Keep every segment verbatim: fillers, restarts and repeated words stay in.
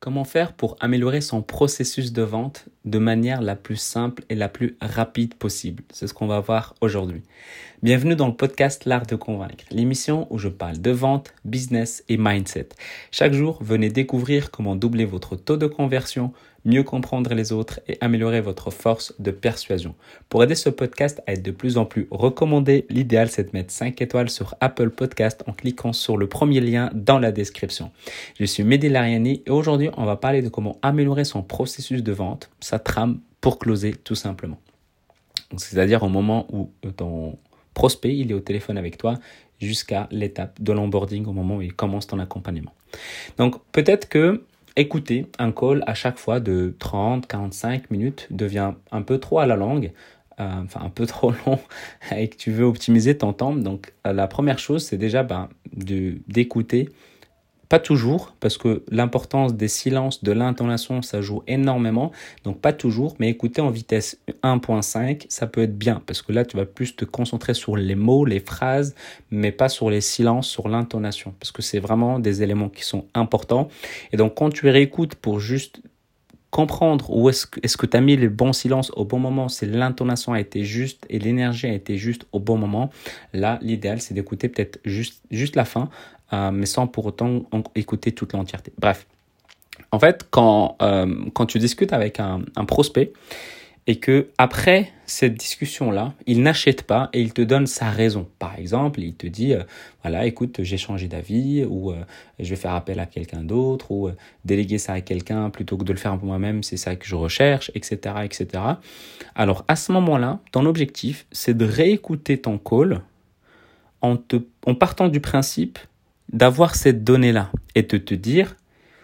Comment faire pour améliorer son processus de vente de manière la plus simple et la plus rapide possible? C'est ce qu'on va voir aujourd'hui. Bienvenue dans le podcast L'Art de Convaincre, l'émission où je parle de vente, business et mindset. Chaque jour, venez découvrir comment doubler votre taux de conversion, mieux comprendre les autres et améliorer votre force de persuasion. Pour aider ce podcast à être de plus en plus recommandé, l'idéal c'est de mettre cinq étoiles sur Apple Podcast en cliquant sur le premier lien dans la description. Je suis Mehdi Lariani et aujourd'hui on va parler de comment améliorer son processus de vente, sa trame pour closer tout simplement. Donc, c'est-à-dire au moment où ton prospect il est au téléphone avec toi jusqu'à l'étape de l'onboarding, au moment où il commence ton accompagnement. Donc peut-être que écouter un call à chaque fois de trente à quarante-cinq minutes devient un peu trop à la longue, euh, enfin un peu trop long et que tu veux optimiser ton temps. Donc euh, la première chose, c'est déjà ben, de, d'écouter. Pas toujours, parce que l'importance des silences, de l'intonation, ça joue énormément. Donc pas toujours, mais écouter en vitesse un point cinq, ça peut être bien. Parce que là, tu vas plus te concentrer sur les mots, les phrases, mais pas sur les silences, sur l'intonation. Parce que c'est vraiment des éléments qui sont importants. Et donc quand tu réécoutes pour juste comprendre où est-ce que, est-ce que tu as mis les bons silences au bon moment, si l'intonation a été juste et l'énergie a été juste au bon moment, là, l'idéal, c'est d'écouter peut-être juste, juste la fin, euh, mais sans pour autant écouter toute l'entièreté. Bref, en fait, quand, euh, quand tu discutes avec un, un prospect et que après cette discussion-là, il n'achète pas et il te donne sa raison. Par exemple, il te dit, euh, voilà, écoute, j'ai changé d'avis ou euh, je vais faire appel à quelqu'un d'autre ou euh, déléguer ça à quelqu'un plutôt que de le faire pour moi-même, c'est ça que je recherche, et cetera, et cetera. Alors, à ce moment-là, ton objectif, c'est de réécouter ton call en, te, en partant du principe d'avoir cette donnée-là et de te dire,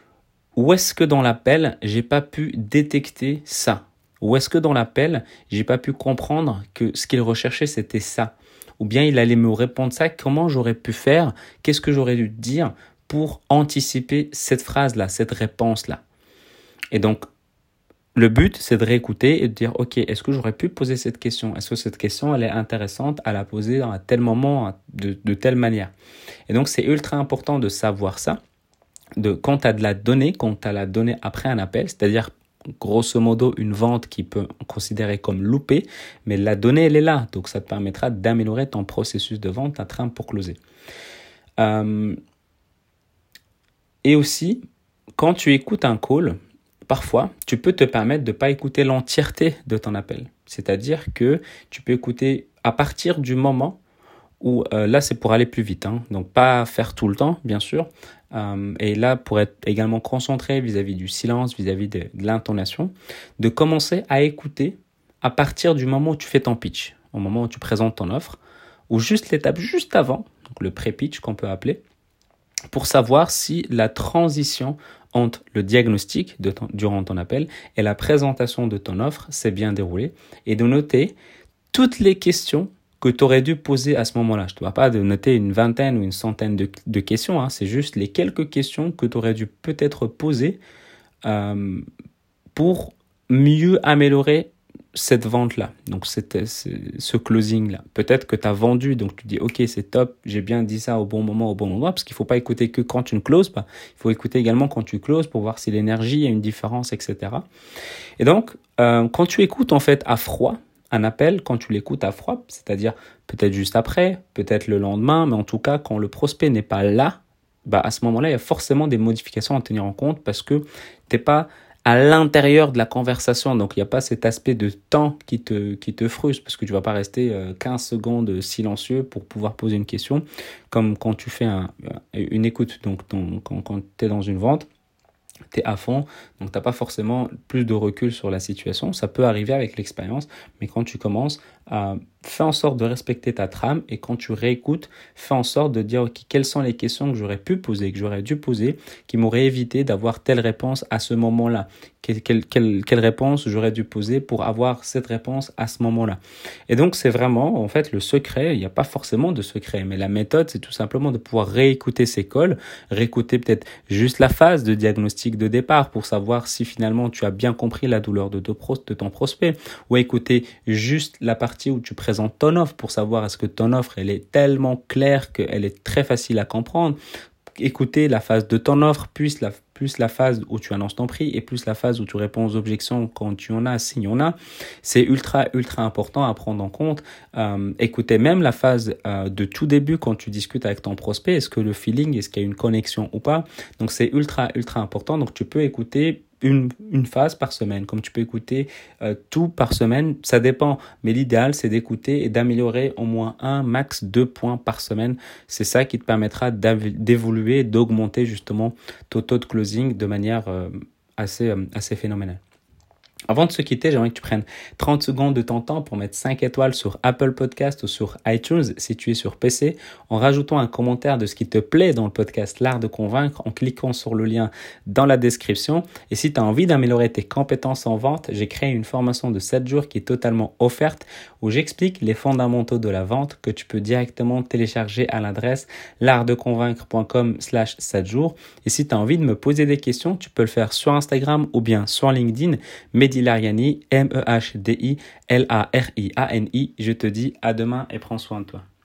où est-ce que dans l'appel, j'ai pas pu détecter ça? Ou est-ce que dans l'appel, j'ai pas pu comprendre que ce qu'il recherchait, c'était ça? Ou bien il allait me répondre ça, comment j'aurais pu faire? Qu'est-ce que j'aurais dû dire pour anticiper cette phrase-là, cette réponse-là? Et donc, le but, c'est de réécouter et de dire, ok, est-ce que j'aurais pu poser cette question? Est-ce que cette question, elle est intéressante à la poser à tel moment, de, de telle manière? Et donc, c'est ultra important de savoir ça. De, quand tu as de la donnée, quand tu as la donnée après un appel, c'est-à-dire grosso modo une vente qui peut considérer comme loupée, mais la donnée elle est là, donc ça te permettra d'améliorer ton processus de vente, ta trame pour closer. Euh, et aussi, quand tu écoutes un call, parfois tu peux te permettre de ne pas écouter l'entièreté de ton appel, c'est-à-dire que tu peux écouter à partir du moment où euh, là c'est pour aller plus vite, hein, donc pas faire tout le temps bien sûr. Euh, et là, pour être également concentré vis-à-vis du silence, vis-à-vis de, de l'intonation, de commencer à écouter à partir du moment où tu fais ton pitch, au moment où tu présentes ton offre, ou juste l'étape juste avant, donc le pré-pitch qu'on peut appeler, pour savoir si la transition entre le diagnostic de ton, durant ton appel et la présentation de ton offre s'est bien déroulée, et de noter toutes les questions que tu aurais dû poser à ce moment-là. Je ne te parle pas de noter une vingtaine ou une centaine de, de questions, hein. C'est juste les quelques questions que tu aurais dû peut-être poser euh, pour mieux améliorer cette vente-là, donc cette, ce closing-là. Peut-être que tu as vendu, donc tu dis « Ok, c'est top, j'ai bien dit ça au bon moment, au bon endroit », parce qu'il ne faut pas écouter que quand tu ne closes pas. Il faut écouter également quand tu closes pour voir si l'énergie a une différence, et cetera. Et donc, euh, quand tu écoutes en fait à froid, un appel, quand tu l'écoutes à froid, c'est-à-dire peut-être juste après, peut-être le lendemain, mais en tout cas, quand le prospect n'est pas là, bah à ce moment-là, il y a forcément des modifications à tenir en compte parce que tu n'es pas à l'intérieur de la conversation. Donc, il n'y a pas cet aspect de temps qui te, qui te frustre parce que tu ne vas pas rester quinze secondes silencieux pour pouvoir poser une question, comme quand tu fais un, une écoute. Donc, ton, quand, quand tu es dans une vente, tu es à fond, donc tu n'as pas forcément plus de recul sur la situation. Ça peut arriver avec l'expérience, mais quand tu commences, euh, fais en sorte de respecter ta trame et quand tu réécoutes, fais en sorte de dire okay, quelles sont les questions que j'aurais pu poser, que j'aurais dû poser, qui m'auraient évité d'avoir telle réponse à ce moment-là. Quelle, quelle, quelle, quelle réponse j'aurais dû poser pour avoir cette réponse à ce moment-là. Et donc, c'est vraiment, en fait, le secret, il n'y a pas forcément de secret, mais la méthode, c'est tout simplement de pouvoir réécouter ces calls, réécouter peut-être juste la phase de diagnostic de départ pour savoir si finalement tu as bien compris la douleur de, de, de ton prospect, ou écouter juste la partie où tu présentes ton offre pour savoir est-ce que ton offre, elle est tellement claire qu'elle est très facile à comprendre. Écouter la phase de ton offre, puis la, plus la phase où tu annonces ton prix et plus la phase où tu réponds aux objections quand tu en as, s'il y en a. C'est ultra, ultra important à prendre en compte. Euh, écoutez, même la phase euh, de tout début quand tu discutes avec ton prospect, est-ce que le feeling, est-ce qu'il y a une connexion ou pas? Donc, c'est ultra, ultra important. Donc, tu peux écouter Une, une phase par semaine, comme tu peux écouter euh, tout par semaine, ça dépend, mais l'idéal c'est d'écouter et d'améliorer au moins un, max deux points par semaine. C'est ça qui te permettra d'évoluer, d'augmenter justement ton taux de closing de manière euh, assez, euh, assez phénoménale. Avant de se quitter, j'aimerais que tu prennes trente secondes de ton temps pour mettre cinq étoiles sur Apple Podcast ou sur iTunes si tu es sur P C, en rajoutant un commentaire de ce qui te plaît dans le podcast L'Art de Convaincre, en cliquant sur le lien dans la description. Et si tu as envie d'améliorer tes compétences en vente, j'ai créé une formation de sept jours qui est totalement offerte où j'explique les fondamentaux de la vente que tu peux directement télécharger à l'adresse l'artdeconvaincre.com slash sept jours. Et si tu as envie de me poser des questions, tu peux le faire sur Instagram ou bien sur LinkedIn. Mehdi Lariani, M E H D I L A R I A N I. Je te dis à demain et prends soin de toi.